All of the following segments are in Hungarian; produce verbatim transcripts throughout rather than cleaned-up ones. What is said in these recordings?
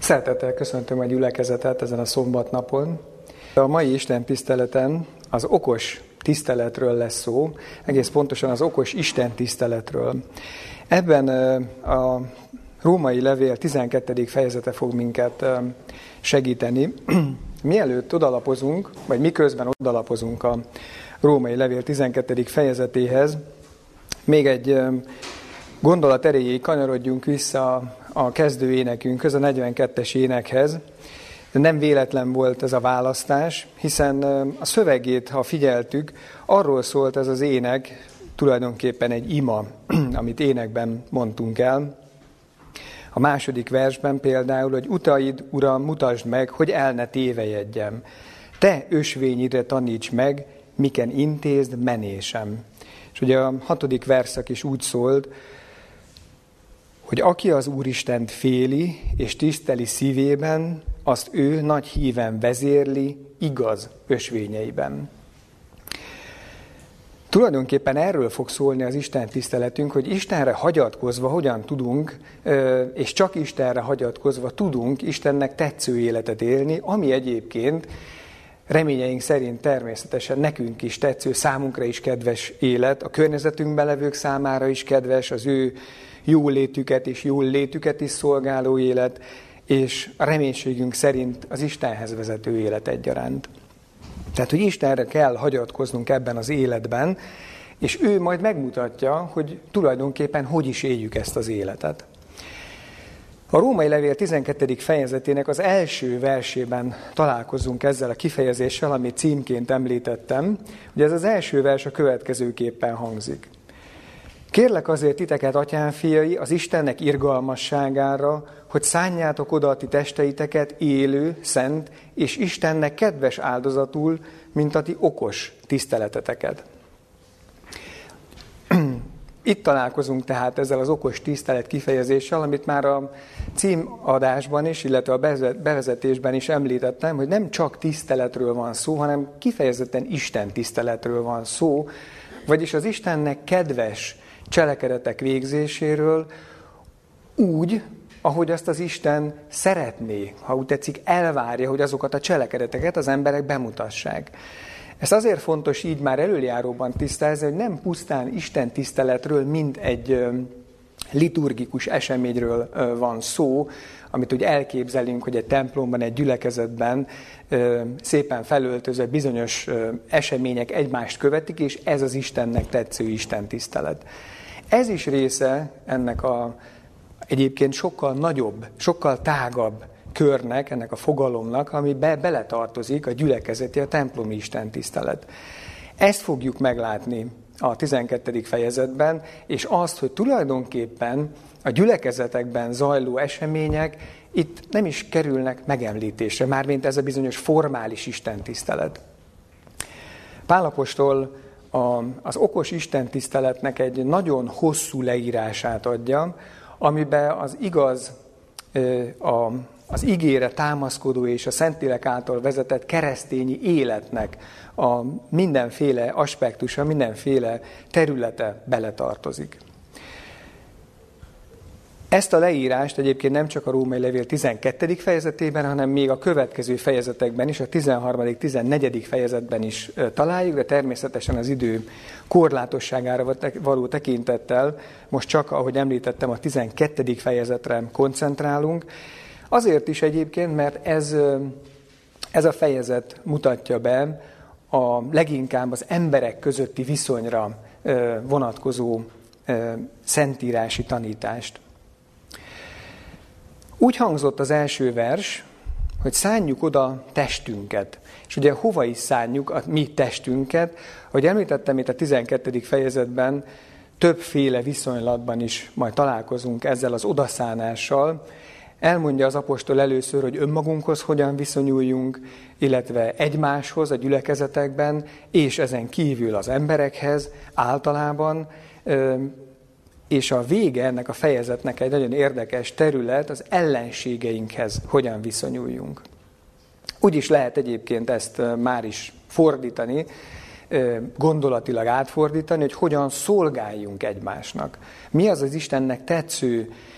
Szeretettel köszöntöm a gyülekezetet ezen a szombatnapon. A mai Isten tiszteleten az okos tiszteletről lesz szó, egész pontosan az okos Isten tiszteletről. Ebben a római levél tizenkettedik fejezete fog minket segíteni. Mielőtt odalapozunk, vagy miközben odalapozunk a római levél tizenkettedik fejezetéhez, még egy gondolat erejéig kanyarodjunk vissza a kezdő énekünkhöz, a negyvenkettes énekhez. Nem véletlen volt ez a választás, hiszen a szövegét, ha figyeltük, arról szólt ez az ének, tulajdonképpen egy ima, amit énekben mondtunk el. A második versben például, hogy utaid, Uram, mutasd meg, hogy el ne tévejedjem. Te ösvényidre taníts meg, miken intézd menésem. És ugye a hatodik verszak is úgy szólt, hogy aki az Úristent féli és tiszteli szívében, azt ő nagy híven vezérli igaz ösvényeiben. Tulajdonképpen erről fog szólni az Isten tiszteletünk, hogy Istenre hagyatkozva hogyan tudunk, és csak Istenre hagyatkozva tudunk Istennek tetsző életet élni, ami egyébként reményeink szerint természetesen nekünk is tetsző, számunkra is kedves élet, a környezetünkben levők számára is kedves, az ő jól létüket és jól létüket is szolgáló élet, és a reménységünk szerint az Istenhez vezető élet egyaránt. Tehát, hogy Istenre kell hagyatkoznunk ebben az életben, és ő majd megmutatja, hogy tulajdonképpen hogy is éljük ezt az életet. A római levél tizenkettedik fejezetének az első versében találkozunk ezzel a kifejezéssel, amit címként említettem. Ugye ez az első vers a következőképpen hangzik. Kérlek azért titeket, atyám fiai, az Istennek irgalmasságára, hogy szánjátok oda a ti testeiteket élő, szent és Istennek kedves áldozatul, mint a ti okos tiszteleteteket. Itt találkozunk tehát ezzel az okos tisztelet kifejezéssel, amit már a címadásban is, illetve a bevezetésben is említettem, hogy nem csak tiszteletről van szó, hanem kifejezetten Isten tiszteletről van szó, vagyis az Istennek kedves cselekedetek végzéséről úgy, ahogy azt az Isten szeretné, ha úgy tetszik, elvárja, hogy azokat a cselekedeteket az emberek bemutassák. Ez azért fontos így már előjáróban tisztázni, hogy nem pusztán Isten tiszteletről, mint egy liturgikus eseményről van szó, amit úgy elképzelünk, hogy egy templomban, egy gyülekezetben szépen felöltözve bizonyos események egymást követik, és ez az Istennek tetsző Isten tisztelet. Ez is része ennek a egyébként sokkal nagyobb, sokkal tágabb körnek, ennek a fogalomnak, amibe beletartozik a gyülekezeti, a templomi Isten tisztelet. Ezt fogjuk meglátni a tizenkettedik fejezetben, és azt, hogy tulajdonképpen a gyülekezetekben zajló események itt nem is kerülnek megemlítésre, mármint ez a bizonyos formális Isten tisztelet. Pál apostol a, az okos Isten tiszteletnek egy nagyon hosszú leírását adja, amiben az igaz, a, az igére támaszkodó és a Szentlélek által vezetett keresztényi életnek a mindenféle aspektusa, mindenféle területe beletartozik. Ezt a leírást egyébként nem csak a római levél tizenkettedik fejezetében, hanem még a következő fejezetekben is, a tizenharmadik tizennegyedik fejezetben is találjuk, de természetesen az idő korlátosságára való tekintettel most csak, ahogy említettem, a tizenkettedik fejezetre koncentrálunk. Azért is egyébként, mert ez, ez a fejezet mutatja be a leginkább az emberek közötti viszonyra vonatkozó szentírási tanítást. Úgy hangzott az első vers, hogy szánjuk oda testünket. És ugye hova is szánjuk a mi testünket? Ahogy említettem itt a tizenkettedik fejezetben, többféle viszonylatban is majd találkozunk ezzel az odaszánással. Elmondja az apostol először, hogy önmagunkhoz hogyan viszonyuljunk, illetve egymáshoz a gyülekezetekben, és ezen kívül az emberekhez általában. És a vége ennek a fejezetnek egy nagyon érdekes terület, az ellenségeinkhez hogyan viszonyuljunk. Úgy is lehet egyébként ezt már is fordítani, gondolatilag átfordítani, hogy hogyan szolgáljunk egymásnak. Mi az az Istennek tetsző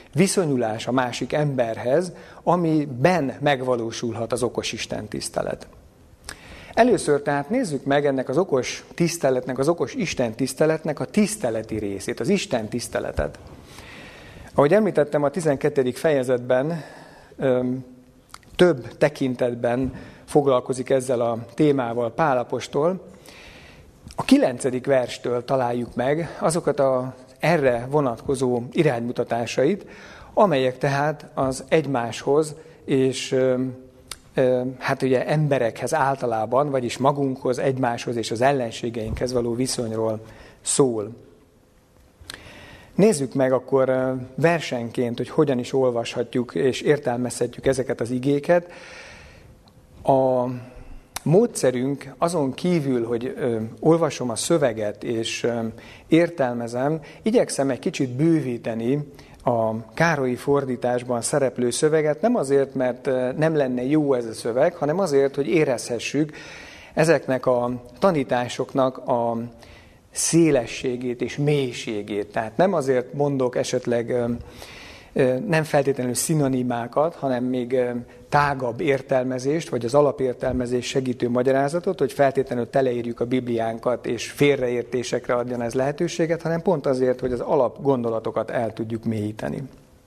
viszonyulás a másik emberhez, amiben megvalósulhat az okos Isten tisztelet. Először tehát nézzük meg ennek az okos tiszteletnek, az okos Isten tiszteletnek a tiszteleti részét, az Isten tiszteletet. Ahogy említettem, a tizenkettedik fejezetben öm, több tekintetben foglalkozik ezzel a témával Pál apostol. A kilencedik verstől találjuk meg azokat az erre vonatkozó iránymutatásait, amelyek tehát az egymáshoz és hát ugye emberekhez általában, vagyis magunkhoz, egymáshoz és az ellenségeinkhez való viszonyról szól. Nézzük meg akkor versenként, hogy hogyan is olvashatjuk és értelmezhetjük ezeket az igéket. A módszerünk azon kívül, hogy ö, olvasom a szöveget és ö, értelmezem, igyekszem egy kicsit bővíteni a Károlyi fordításban szereplő szöveget, nem azért, mert nem lenne jó ez a szöveg, hanem azért, hogy érezhessük ezeknek a tanításoknak a szélességét és mélységét. Tehát nem azért mondok esetleg nem feltétlenül szinonimákat, hanem még tágabb értelmezést, vagy az alapértelmezés segítő magyarázatot, hogy feltétlenül teleírjuk a Bibliánkat, és félreértésekre adjon ez lehetőséget, hanem pont azért, hogy az alapgondolatokat el tudjuk mélyíteni.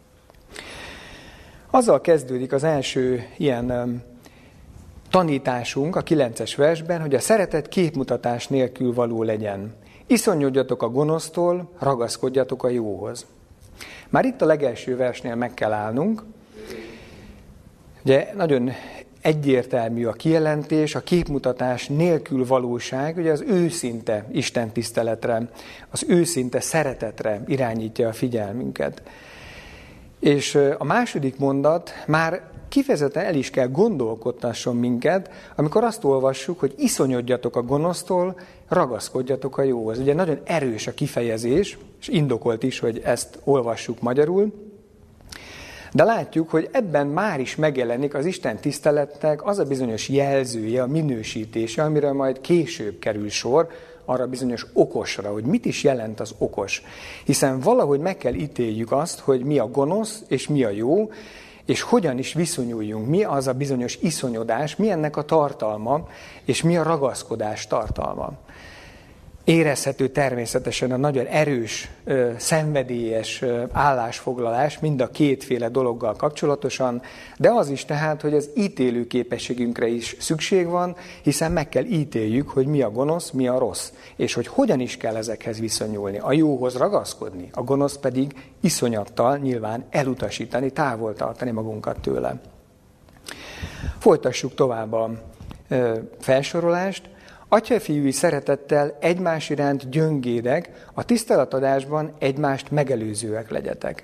Azzal kezdődik az első ilyen tanításunk a kilences versben, hogy a szeretet képmutatás nélkül való legyen. Iszonyodjatok a gonosztól, ragaszkodjatok a jóhoz. Már itt a legelső versnél meg kell állnunk. Ugye nagyon egyértelmű a kijelentés, a képmutatás nélkül valóság, ugye az őszinte istentiszteletre, az őszinte szeretetre irányítja a figyelmünket. És a második mondat már kifejezetten el is kell gondolkodtasson minket, amikor azt olvassuk, hogy iszonyodjatok a gonosztól, ragaszkodjatok a jóhoz. Ugye nagyon erős a kifejezés, és indokolt is, hogy ezt olvassuk magyarul, de látjuk, hogy ebben már is megjelenik az Isten tiszteletnek az a bizonyos jelzője, a minősítése, amire majd később kerül sor, arra bizonyos okosra, hogy mit is jelent az okos. Hiszen valahogy meg kell ítéljük azt, hogy mi a gonosz és mi a jó, és hogyan is viszonyuljunk, mi az a bizonyos iszonyodás, mi ennek a tartalma, és mi a ragaszkodás tartalma. Érezhető természetesen a nagyon erős, szenvedélyes állásfoglalás mind a kétféle dologgal kapcsolatosan, de az is tehát, hogy az ítélő képességünkre is szükség van, hiszen meg kell ítéljük, hogy mi a gonosz, mi a rossz, és hogy hogyan is kell ezekhez viszonyulni. A jóhoz ragaszkodni, a gonosz pedig iszonyattal nyilván elutasítani, távol tartani magunkat tőle. Folytassuk tovább a felsorolást. Atyafiúi szeretettel egymás iránt gyöngédek, a tiszteletadásban egymást megelőzőek legyetek.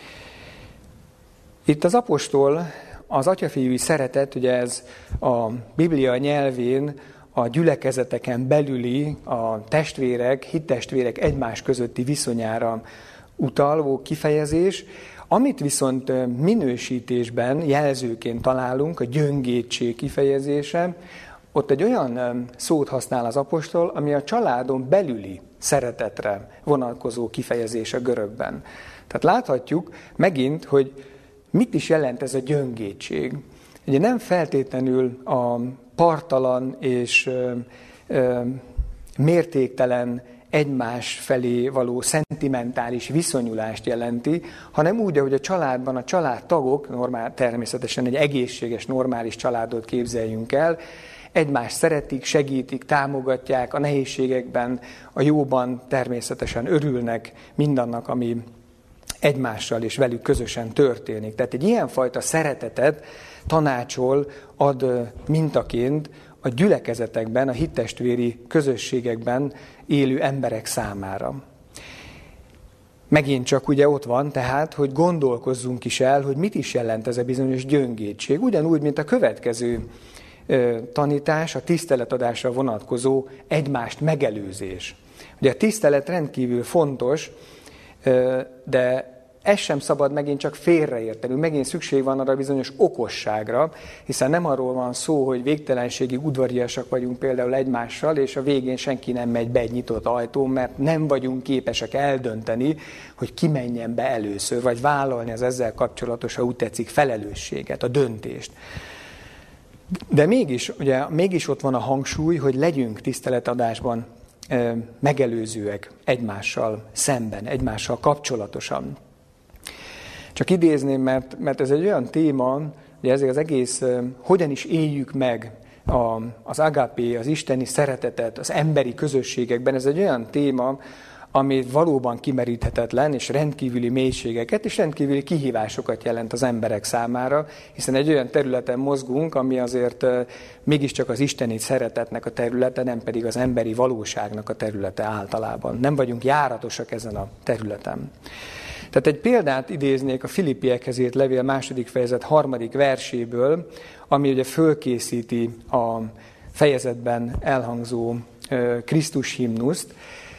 Itt az apostol, az atyafiúi szeretet, ugye ez a Biblia nyelvén a gyülekezeteken belüli, a testvérek, hittestvérek egymás közötti viszonyára utaló kifejezés, amit viszont minősítésben jelzőként találunk, a gyöngédség kifejezése, ott egy olyan szót használ az apostol, ami a családon belüli szeretetre vonatkozó kifejezés a görögben. Tehát láthatjuk megint, hogy mit is jelent ez a gyöngédség. Ugye nem feltétlenül a parttalan és ö, ö, mértéktelen egymás felé való szentimentális viszonyulást jelenti, hanem úgy, ahogy a családban a családtagok, normál, természetesen egy egészséges, normális családot képzeljünk el, egymást szeretik, segítik, támogatják, a nehézségekben, a jóban természetesen örülnek mindannak, ami egymással és velük közösen történik. Tehát egy ilyenfajta szeretetet tanácsol, ad mintaként a gyülekezetekben, a hittestvéri közösségekben élő emberek számára. Megint csak ugye ott van tehát, hogy gondolkozzunk is el, hogy mit is jelent ez a bizonyos gyöngédség. Ugyanúgy, mint a következő tanítás, a tiszteletadásra vonatkozó egymást megelőzés. Ugye a tisztelet rendkívül fontos, de ezt sem szabad megint csak félreérteni. Megint szükség van arra bizonyos okosságra, hiszen nem arról van szó, hogy végtelenségig udvariasak vagyunk például egymással, és a végén senki nem megy be egy nyitott ajtón, mert nem vagyunk képesek eldönteni, hogy ki menjen be először, vagy vállalni az ezzel kapcsolatos, ha úgy tetszik, felelősséget, a döntést. De mégis, ugye, mégis ott van a hangsúly, hogy legyünk tiszteletadásban e, megelőzőek egymással szemben, egymással kapcsolatosan. Csak idézném, mert, mert ez egy olyan téma, hogy ezért az egész, e, hogyan is éljük meg a, az agapé, az isteni szeretetet az emberi közösségekben, ez egy olyan téma, ami valóban kimeríthetetlen, és rendkívüli mélységeket, és rendkívüli kihívásokat jelent az emberek számára, hiszen egy olyan területen mozgunk, ami azért mégiscsak az isteni szeretetnek a területe, nem pedig az emberi valóságnak a területe általában. Nem vagyunk járatosak ezen a területen. Tehát egy példát idéznék a Filippiekhez írt levél második fejezet harmadik verséből, ami ugye fölkészíti a fejezetben elhangzó Krisztus himnuszt,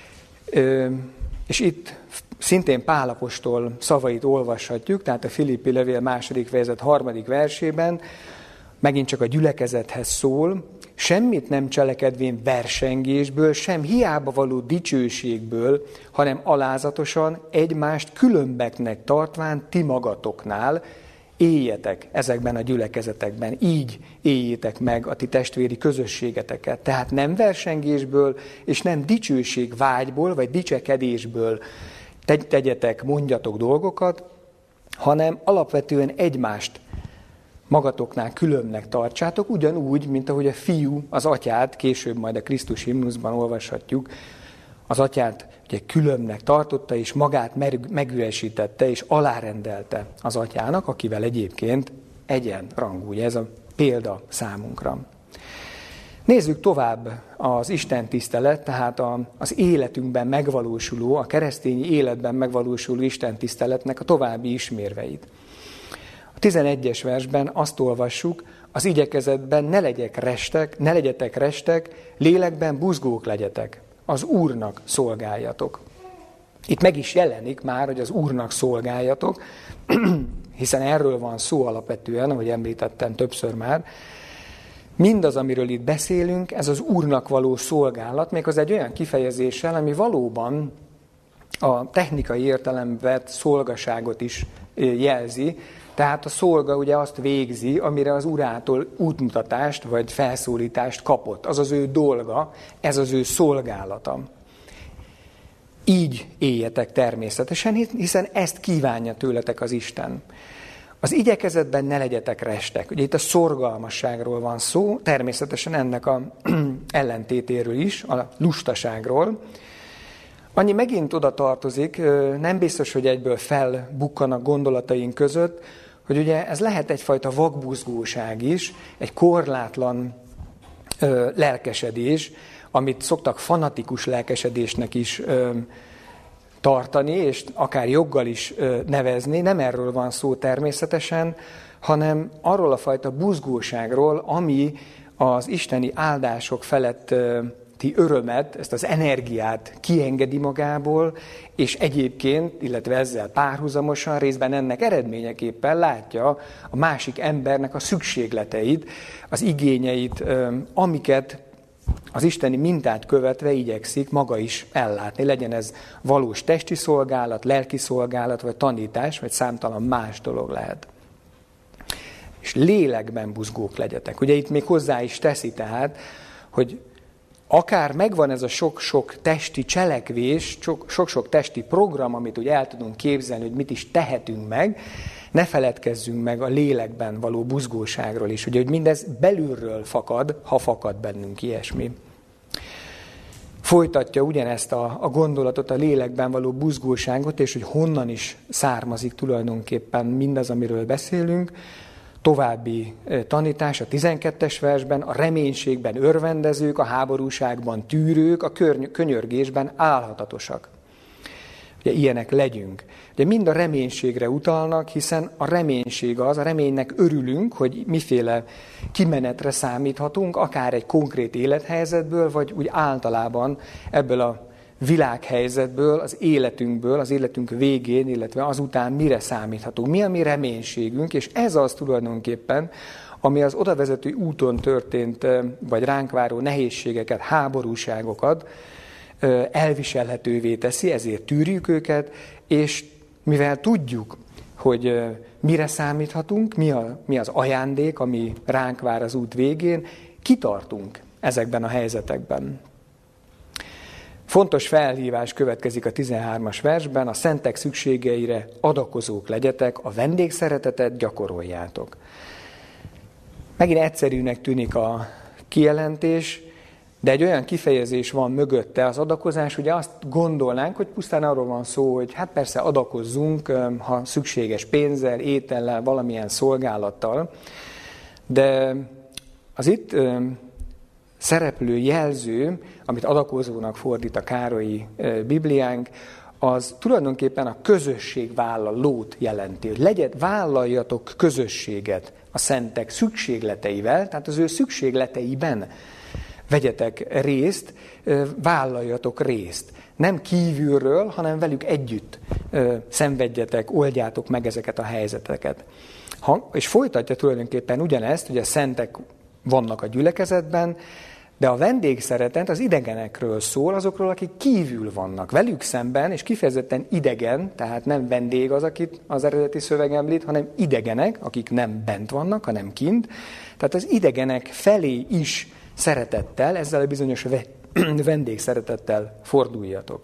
és itt szintén Pál apostol szavait olvashatjuk, tehát a Filippi levél második fejezet harmadik versében, megint csak a gyülekezethez szól, semmit nem cselekedvén versengésből, sem hiába való dicsőségből, hanem alázatosan egymást különbeknek tartván ti magatoknál, éljetek ezekben a gyülekezetekben, így éljétek meg a ti testvéri közösségeteket. Tehát nem versengésből, és nem dicsőségvágyból, vagy dicsekedésből tegyetek, mondjatok dolgokat, hanem alapvetően egymást magatoknál különbnek tartsátok, ugyanúgy, mint ahogy a fiú az atyát, később majd a Krisztus himnuszban olvashatjuk, az atyát ugye különbnek tartotta, és magát megüresítette, és alárendelte az atyának, akivel egyébként egyenrangú. Ugye ez a példa számunkra. Nézzük tovább az istentisztelet, tehát a, az életünkben megvalósuló, a keresztényi életben megvalósuló istentiszteletnek a további ismérveit. A tizenegyes versben azt olvassuk, az igyekezetben ne legyek restek, ne legyetek restek, lélekben buzgók legyetek. Az Úrnak szolgáljatok. Itt meg is jelenik már, hogy az Úrnak szolgáljatok, hiszen erről van szó alapvetően, ahogy említettem többször már. Mindaz, amiről itt beszélünk, ez az Úrnak való szolgálat, még az egy olyan kifejezéssel, ami valóban a technikai értelemben vett szolgaságot is jelzi. Tehát a szolga ugye azt végzi, amire az urától útmutatást vagy felszólítást kapott. Az az ő dolga, ez az ő szolgálata. Így éljetek természetesen, hiszen ezt kívánja tőletek az Isten. Az igyekezetben ne legyetek restek. Ugye itt a szorgalmasságról van szó, természetesen ennek a ellentétéről is, a lustaságról. Annyi megint oda tartozik, nem biztos, hogy egyből felbukkan a gondolataink között, hogy ugye ez lehet egyfajta vakbuzgóság is, egy korlátlan ö, lelkesedés, amit szoktak fanatikus lelkesedésnek is ö, tartani, és akár joggal is ö, nevezni. Nem erről van szó természetesen, hanem arról a fajta buzgóságról, ami az isteni áldások felett ö, örömet, ezt az energiát kiengedi magából, és egyébként, illetve ezzel párhuzamosan részben ennek eredményeképpen látja a másik embernek a szükségleteit, az igényeit, amiket az isteni mintát követve igyekszik maga is ellátni. Legyen ez valós testi szolgálat, lelki szolgálat, vagy tanítás, vagy számtalan más dolog lehet. És lélekben buzgók legyetek. Ugye itt még hozzá is teszi tehát, hogy akár megvan ez a sok-sok testi cselekvés, sok-sok testi program, amit úgy el tudunk képzelni, hogy mit is tehetünk meg, ne feledkezzünk meg a lélekben való buzgóságról is. Ugye, hogy mindez belülről fakad, ha fakad bennünk ilyesmi. Folytatja ugyanezt a, a gondolatot, a lélekben való buzgóságot, és hogy honnan is származik tulajdonképpen mindaz, amiről beszélünk. További tanítás a tizenkettes versben, a reménységben örvendezők, a háborúságban tűrők, a könyörgésben álhatatosak. Ugye ilyenek legyünk. Ugye mind a reménységre utalnak, hiszen a reménység az, a reménynek örülünk, hogy miféle kimenetre számíthatunk, akár egy konkrét élethelyzetből, vagy úgy általában ebből a világhelyzetből, az életünkből, az életünk végén, illetve azután mire számíthatunk, mi a mi reménységünk, és ez az tulajdonképpen, ami az odavezető úton történt, vagy ránk váró nehézségeket, háborúságokat elviselhetővé teszi, ezért tűrjük őket, és mivel tudjuk, hogy mire számíthatunk, mi, a, mi az ajándék, ami ránk vár az út végén, kitartunk ezekben a helyzetekben. Fontos felhívás következik a tizenhármas versben, a szentek szükségeire adakozók legyetek, a vendégszeretetet gyakoroljátok. Megint egyszerűnek tűnik a kijelentés, de egy olyan kifejezés van mögötte, az adakozás, ugye azt gondolnánk, hogy pusztán arról van szó, hogy hát persze adakozzunk, ha szükséges pénzzel, étellel, valamilyen szolgálattal, de az itt szereplő jelző, amit adakozónak fordít a Károlyi Bibliánk, az tulajdonképpen a közösségvállalót jelenti, hogy legyen, vállaljatok közösséget a szentek szükségleteivel, tehát az ő szükségleteiben vegyetek részt, vállaljatok részt. Nem kívülről, hanem velük együtt szenvedjetek, oldjátok meg ezeket a helyzeteket. Ha, és folytatja tulajdonképpen ugyanezt, hogy a szentek vannak a gyülekezetben, de a vendégszeretet az idegenekről szól, azokról, akik kívül vannak. Velük szemben, és kifejezetten idegen, tehát nem vendég az, akit az eredeti szöveg említ, hanem idegenek, akik nem bent vannak, hanem kint. Tehát az idegenek felé is szeretettel, ezzel a bizonyos vendégszeretettel forduljatok.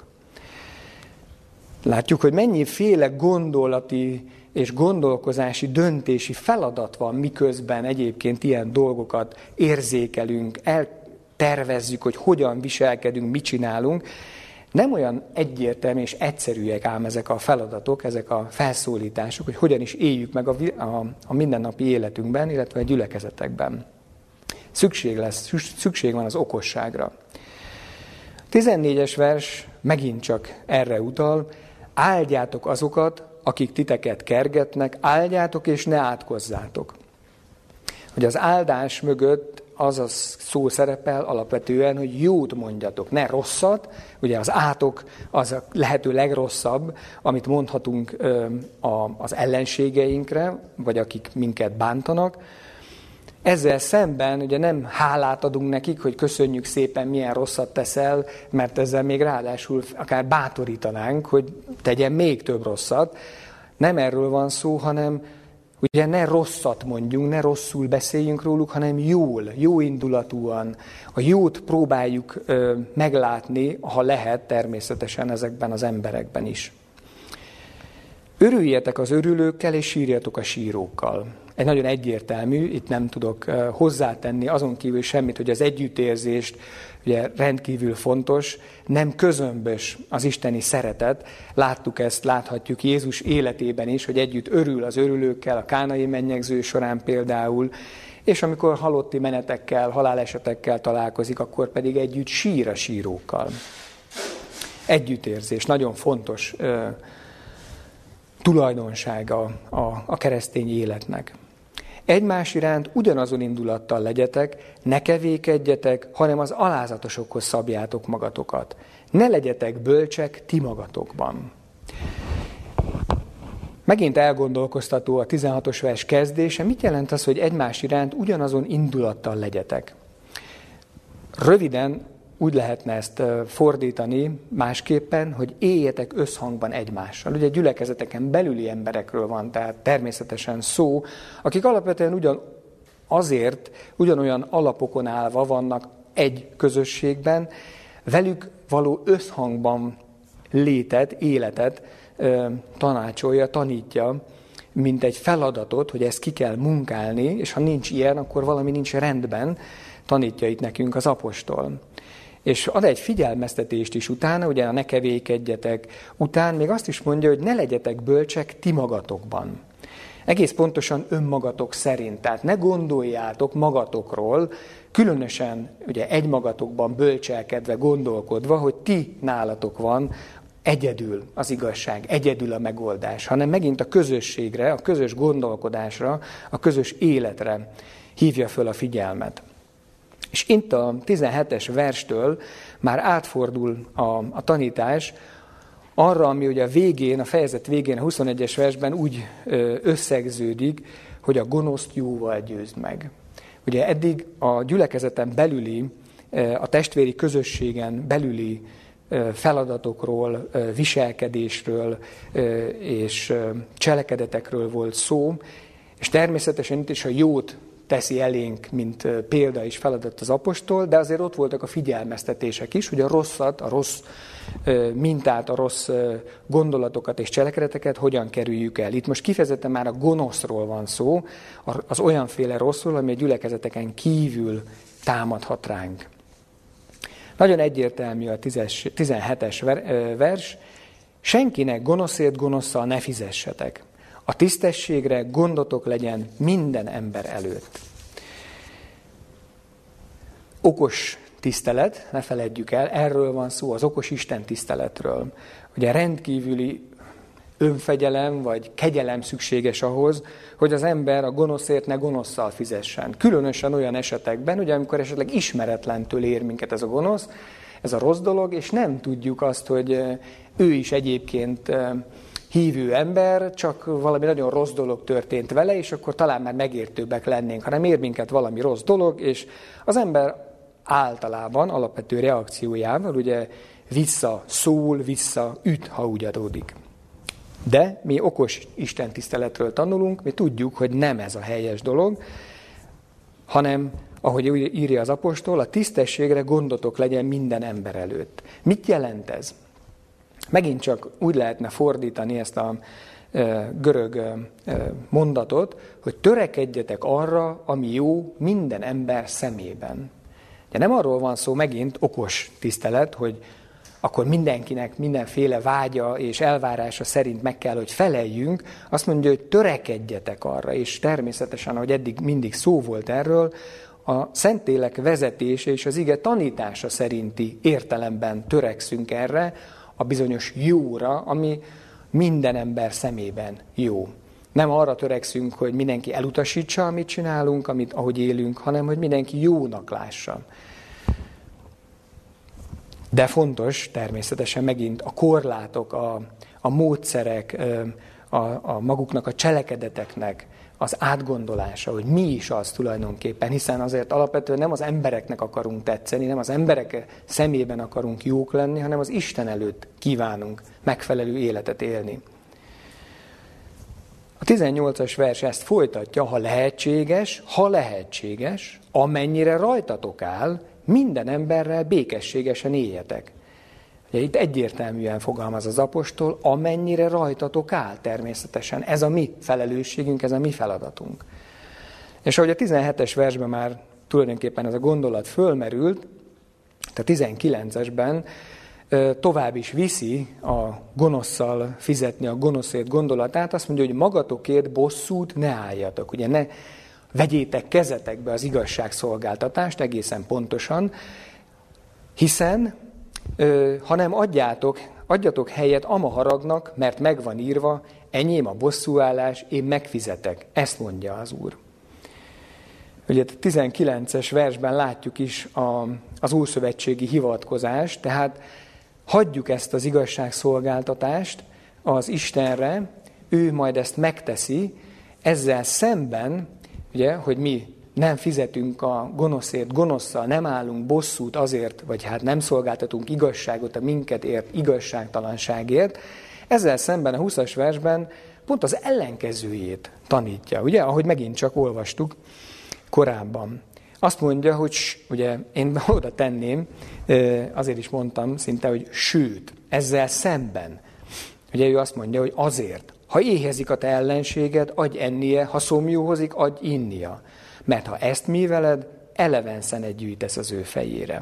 Látjuk, hogy mennyiféle gondolati és gondolkozási, döntési feladat van, miközben egyébként ilyen dolgokat érzékelünk, eltervezzük, hogy hogyan viselkedünk, mit csinálunk. Nem olyan egyértelmű és egyszerűek ám ezek a feladatok, ezek a felszólítások, hogy hogyan is éljük meg a, a, a mindennapi életünkben, illetve a gyülekezetekben. Szükség lesz, szükség van az okosságra. A tizennégyes vers megint csak erre utal, áldjátok azokat, akik titeket kergetnek, áldjátok és ne átkozzátok. Hogy az áldás mögött az a szó szerepel alapvetően, hogy jót mondjatok, ne rosszat. Ugye az átok az a lehető legrosszabb, amit mondhatunk az ellenségeinkre, vagy akik minket bántanak. Ezzel szemben ugye nem hálát adunk nekik, hogy köszönjük szépen, milyen rosszat teszel, mert ezzel még ráadásul akár bátorítanánk, hogy tegyen még több rosszat. Nem erről van szó, hanem ugye ne rosszat mondjunk, ne rosszul beszéljünk róluk, hanem jól, jó indulatúan. A jót próbáljuk ö, meglátni, ha lehet természetesen ezekben az emberekben is. Örüljetek az örülőkkel, és sírjatok a sírókkal. Egy nagyon egyértelmű, itt nem tudok hozzátenni azon kívül semmit, hogy az együttérzést ugye rendkívül fontos, nem közömbös az isteni szeretet. Láttuk ezt, láthatjuk Jézus életében is, hogy együtt örül az örülőkkel, a kánai mennyegző során például, és amikor halotti menetekkel, halálesetekkel találkozik, akkor pedig együtt sír a sírókkal. Együttérzés, nagyon fontos ö, tulajdonsága a, a keresztény életnek. Egymás iránt ugyanazon indulattal legyetek, ne kevékedjetek, hanem az alázatosokhoz szabjátok magatokat. Ne legyetek bölcsek ti magatokban. Megint elgondolkoztató a tizenhatos vers kezdése. Mit jelent az, hogy egymás iránt ugyanazon indulattal legyetek? Röviden úgy lehetne ezt fordítani másképpen, hogy éljetek összhangban egymással. Ugye gyülekezeteken belüli emberekről van, tehát természetesen szó, akik alapvetően ugyan azért, ugyanolyan alapokon állva vannak egy közösségben, velük való összhangban létet, életet tanácsolja, tanítja, mint egy feladatot, hogy ezt ki kell munkálni, és ha nincs ilyen, akkor valami nincs rendben, tanítja itt nekünk az apostol. És ad egy figyelmeztetést is utána, ugye a ne kevékedjetek után, még azt is mondja, hogy ne legyetek bölcsek ti magatokban. Egész pontosan önmagatok szerint, tehát ne gondoljátok magatokról, különösen ugye egymagatokban bölcselkedve, gondolkodva, hogy ti nálatok van egyedül az igazság, egyedül a megoldás, hanem megint a közösségre, a közös gondolkodásra, a közös életre hívja föl a figyelmet. És itt a tizenhetes verstől már átfordul a, a tanítás arra, ami ugye a végén, a fejezet végén, a huszonegyes versben úgy összegződik, hogy a gonoszt jóval győzd meg. Ugye eddig a gyülekezeten belüli, a testvéri közösségen belüli feladatokról, viselkedésről és cselekedetekről volt szó, és természetesen itt is a jót teszi elénk, mint példa és feladat az apostol, de azért ott voltak a figyelmeztetések is, hogy a rosszat, a rossz mintát, a rossz gondolatokat és cselekedeteket hogyan kerüljük el. Itt most kifejezetten már a gonoszról van szó, az olyanféle rosszról, ami a gyülekezeteken kívül támadhat ránk. Nagyon egyértelmű a tizenhetes vers. Senkinek gonoszért gonosszal ne fizessetek. A tisztességre gondotok legyen minden ember előtt. Okos tisztelet, ne feledjük el, erről van szó, az okos Isten tiszteletről. Ugye rendkívüli önfegyelem vagy kegyelem szükséges ahhoz, hogy az ember a gonoszért ne gonosszal fizessen. Különösen olyan esetekben, ugye, amikor esetleg ismeretlentől ér minket ez a gonosz, ez a rossz dolog, és nem tudjuk azt, hogy ő is egyébként hívő ember, csak valami nagyon rossz dolog történt vele, és akkor talán már megértőbbek lennénk, hanem ér minket valami rossz dolog, és az ember általában alapvető reakciójával ugye vissza szól, vissza üt, ha úgy adódik. De mi okos istentiszteletről tanulunk, mi tudjuk, hogy nem ez a helyes dolog, hanem, ahogy írja az apostol, a tisztességre gondotok legyen minden ember előtt. Mit jelent ez? Megint csak úgy lehetne fordítani ezt a e, görög e, mondatot, hogy törekedjetek arra, ami jó minden ember szemében. De nem arról van szó megint okos tisztelet, hogy akkor mindenkinek mindenféle vágya és elvárása szerint meg kell, hogy feleljünk. Azt mondja, hogy törekedjetek arra, és természetesen, ahogy eddig mindig szó volt erről, a Szentlélek vezetése és az ige tanítása szerinti értelemben törekszünk erre, a bizonyos jóra, ami minden ember szemében jó. Nem arra törekszünk, hogy mindenki elutasítsa, amit csinálunk, amit, ahogy élünk, hanem hogy mindenki jónak lássa. De fontos természetesen megint a korlátok, a, a módszerek, a, a maguknak a cselekedeteknek az átgondolása, hogy mi is az tulajdonképpen, hiszen azért alapvetően nem az embereknek akarunk tetszeni, nem az emberek szemében akarunk jók lenni, hanem az Isten előtt kívánunk megfelelő életet élni. A tizennyolcas vers ezt folytatja, ha lehetséges, ha lehetséges, amennyire rajtatok áll, minden emberrel békességesen éljetek. Ugye itt egyértelműen fogalmaz az apostol, amennyire rajtatok áll természetesen. Ez a mi felelősségünk, ez a mi feladatunk. És ahogy a tizenhetes versben már tulajdonképpen ez a gondolat fölmerült, a tizenkilencesben tovább is viszi a gonoszszal fizetni a gonoszért gondolatát, azt mondja, hogy magatokért bosszút ne álljatok. Ugye ne vegyétek kezetekbe az igazságszolgáltatást egészen pontosan, hiszen Ö, hanem adjátok, adjatok helyet ama haragnak, mert megvan írva, enyém a bosszúállás, én megfizetek. Ezt mondja az Úr. Ugye a tizenkilences versben látjuk is a, az ószövetségi hivatkozást, tehát hagyjuk ezt az igazságszolgáltatást az Istenre, ő majd ezt megteszi, ezzel szemben, ugye, hogy mi nem fizetünk a gonoszért gonosszal, nem állunk bosszút azért, vagy hát nem szolgáltatunk igazságot a minket ért igazságtalanságért. Ezzel szemben a huszas versben pont az ellenkezőjét tanítja, ugye, ahogy megint csak olvastuk korábban. Azt mondja, hogy ugye én oda tenném, azért is mondtam szinte, hogy sőt, ezzel szemben. Ugye ő azt mondja, hogy azért, ha éhezik a te ellenséged, adj ennie, ha szomjúhozik, adj innia. Mert ha ezt műveled, eleven szenet gyűjtesz az ő fejére.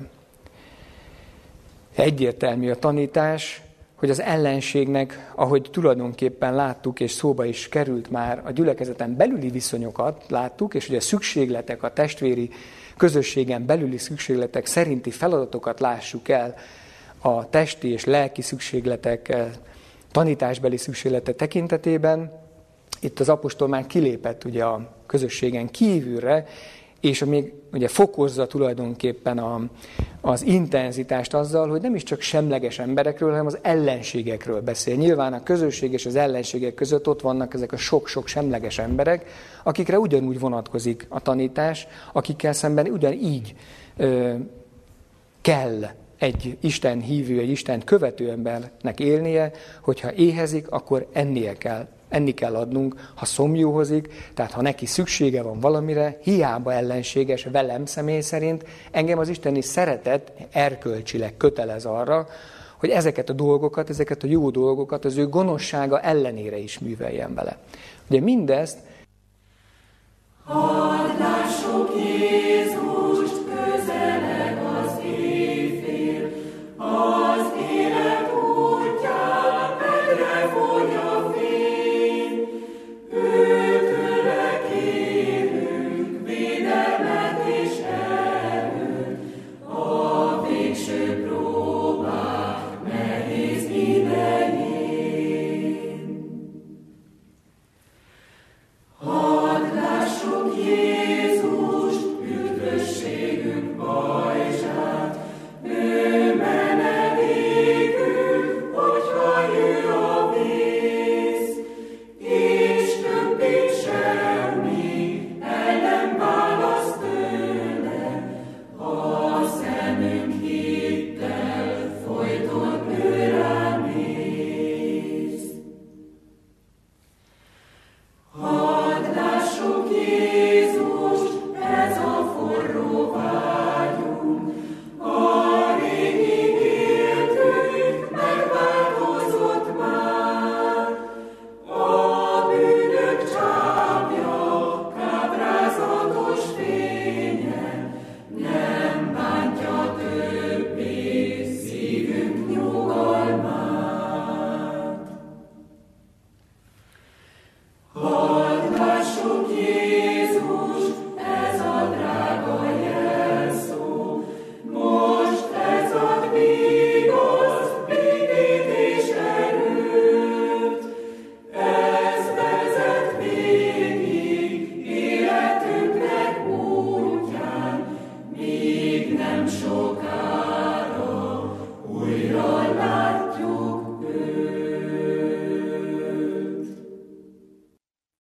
Egyértelmű a tanítás, hogy az ellenségnek, ahogy tulajdonképpen láttuk, és szóba is került már, a gyülekezeten belüli viszonyokat láttuk, és ugye a szükségletek, a testvéri közösségen belüli szükségletek szerinti feladatokat lássuk el, a testi és lelki szükségletek, tanításbeli szükségletek tekintetében. Itt az apostol már kilépett ugye a közösségen kívülre, és még ugye fokozza tulajdonképpen a, az intenzitást azzal, hogy nem is csak semleges emberekről, hanem az ellenségekről beszél. Nyilván a közösség és az ellenségek között ott vannak ezek a sok-sok semleges emberek, akikre ugyanúgy vonatkozik a tanítás, akikkel szemben ugyanígy ö, kell egy Isten hívő, egy Isten követő embernek élnie, hogyha éhezik, akkor ennie kell. Enni kell adnunk, ha szomjúhozik, tehát ha neki szüksége van valamire, hiába ellenséges velem személy szerint, engem az isteni szeretet erkölcsileg kötelez arra, hogy ezeket a dolgokat, ezeket a jó dolgokat az ő gonoszsága ellenére is műveljen vele. Ugye mindezt... Hadd lássuk Jézust, közeleg az éjfél, az élet útján egyre fogy a fény. Őtőle kérünk védelmet és erőt, a végső próbák nehéz idején. Hadd lássuk Jézust, üdvösségünk pajzsát, ő menedékünk, hogyha jön a vész, és többé semmi el nem választ tőle, a szemünk hittel folyton ő rá néz. Hadd lássuk Jézust, ez a forró vágyunk, a régi életünk megváltozott már. A bűnök csápja, káprázatos fénye nem bántja többé szívünk nyugalmát. Hadd lássuk Jézust, ez a drága jelszó, most ez ad vigaszt, békét és erőt. Ez vezet végig életünknek útján, míg nem soká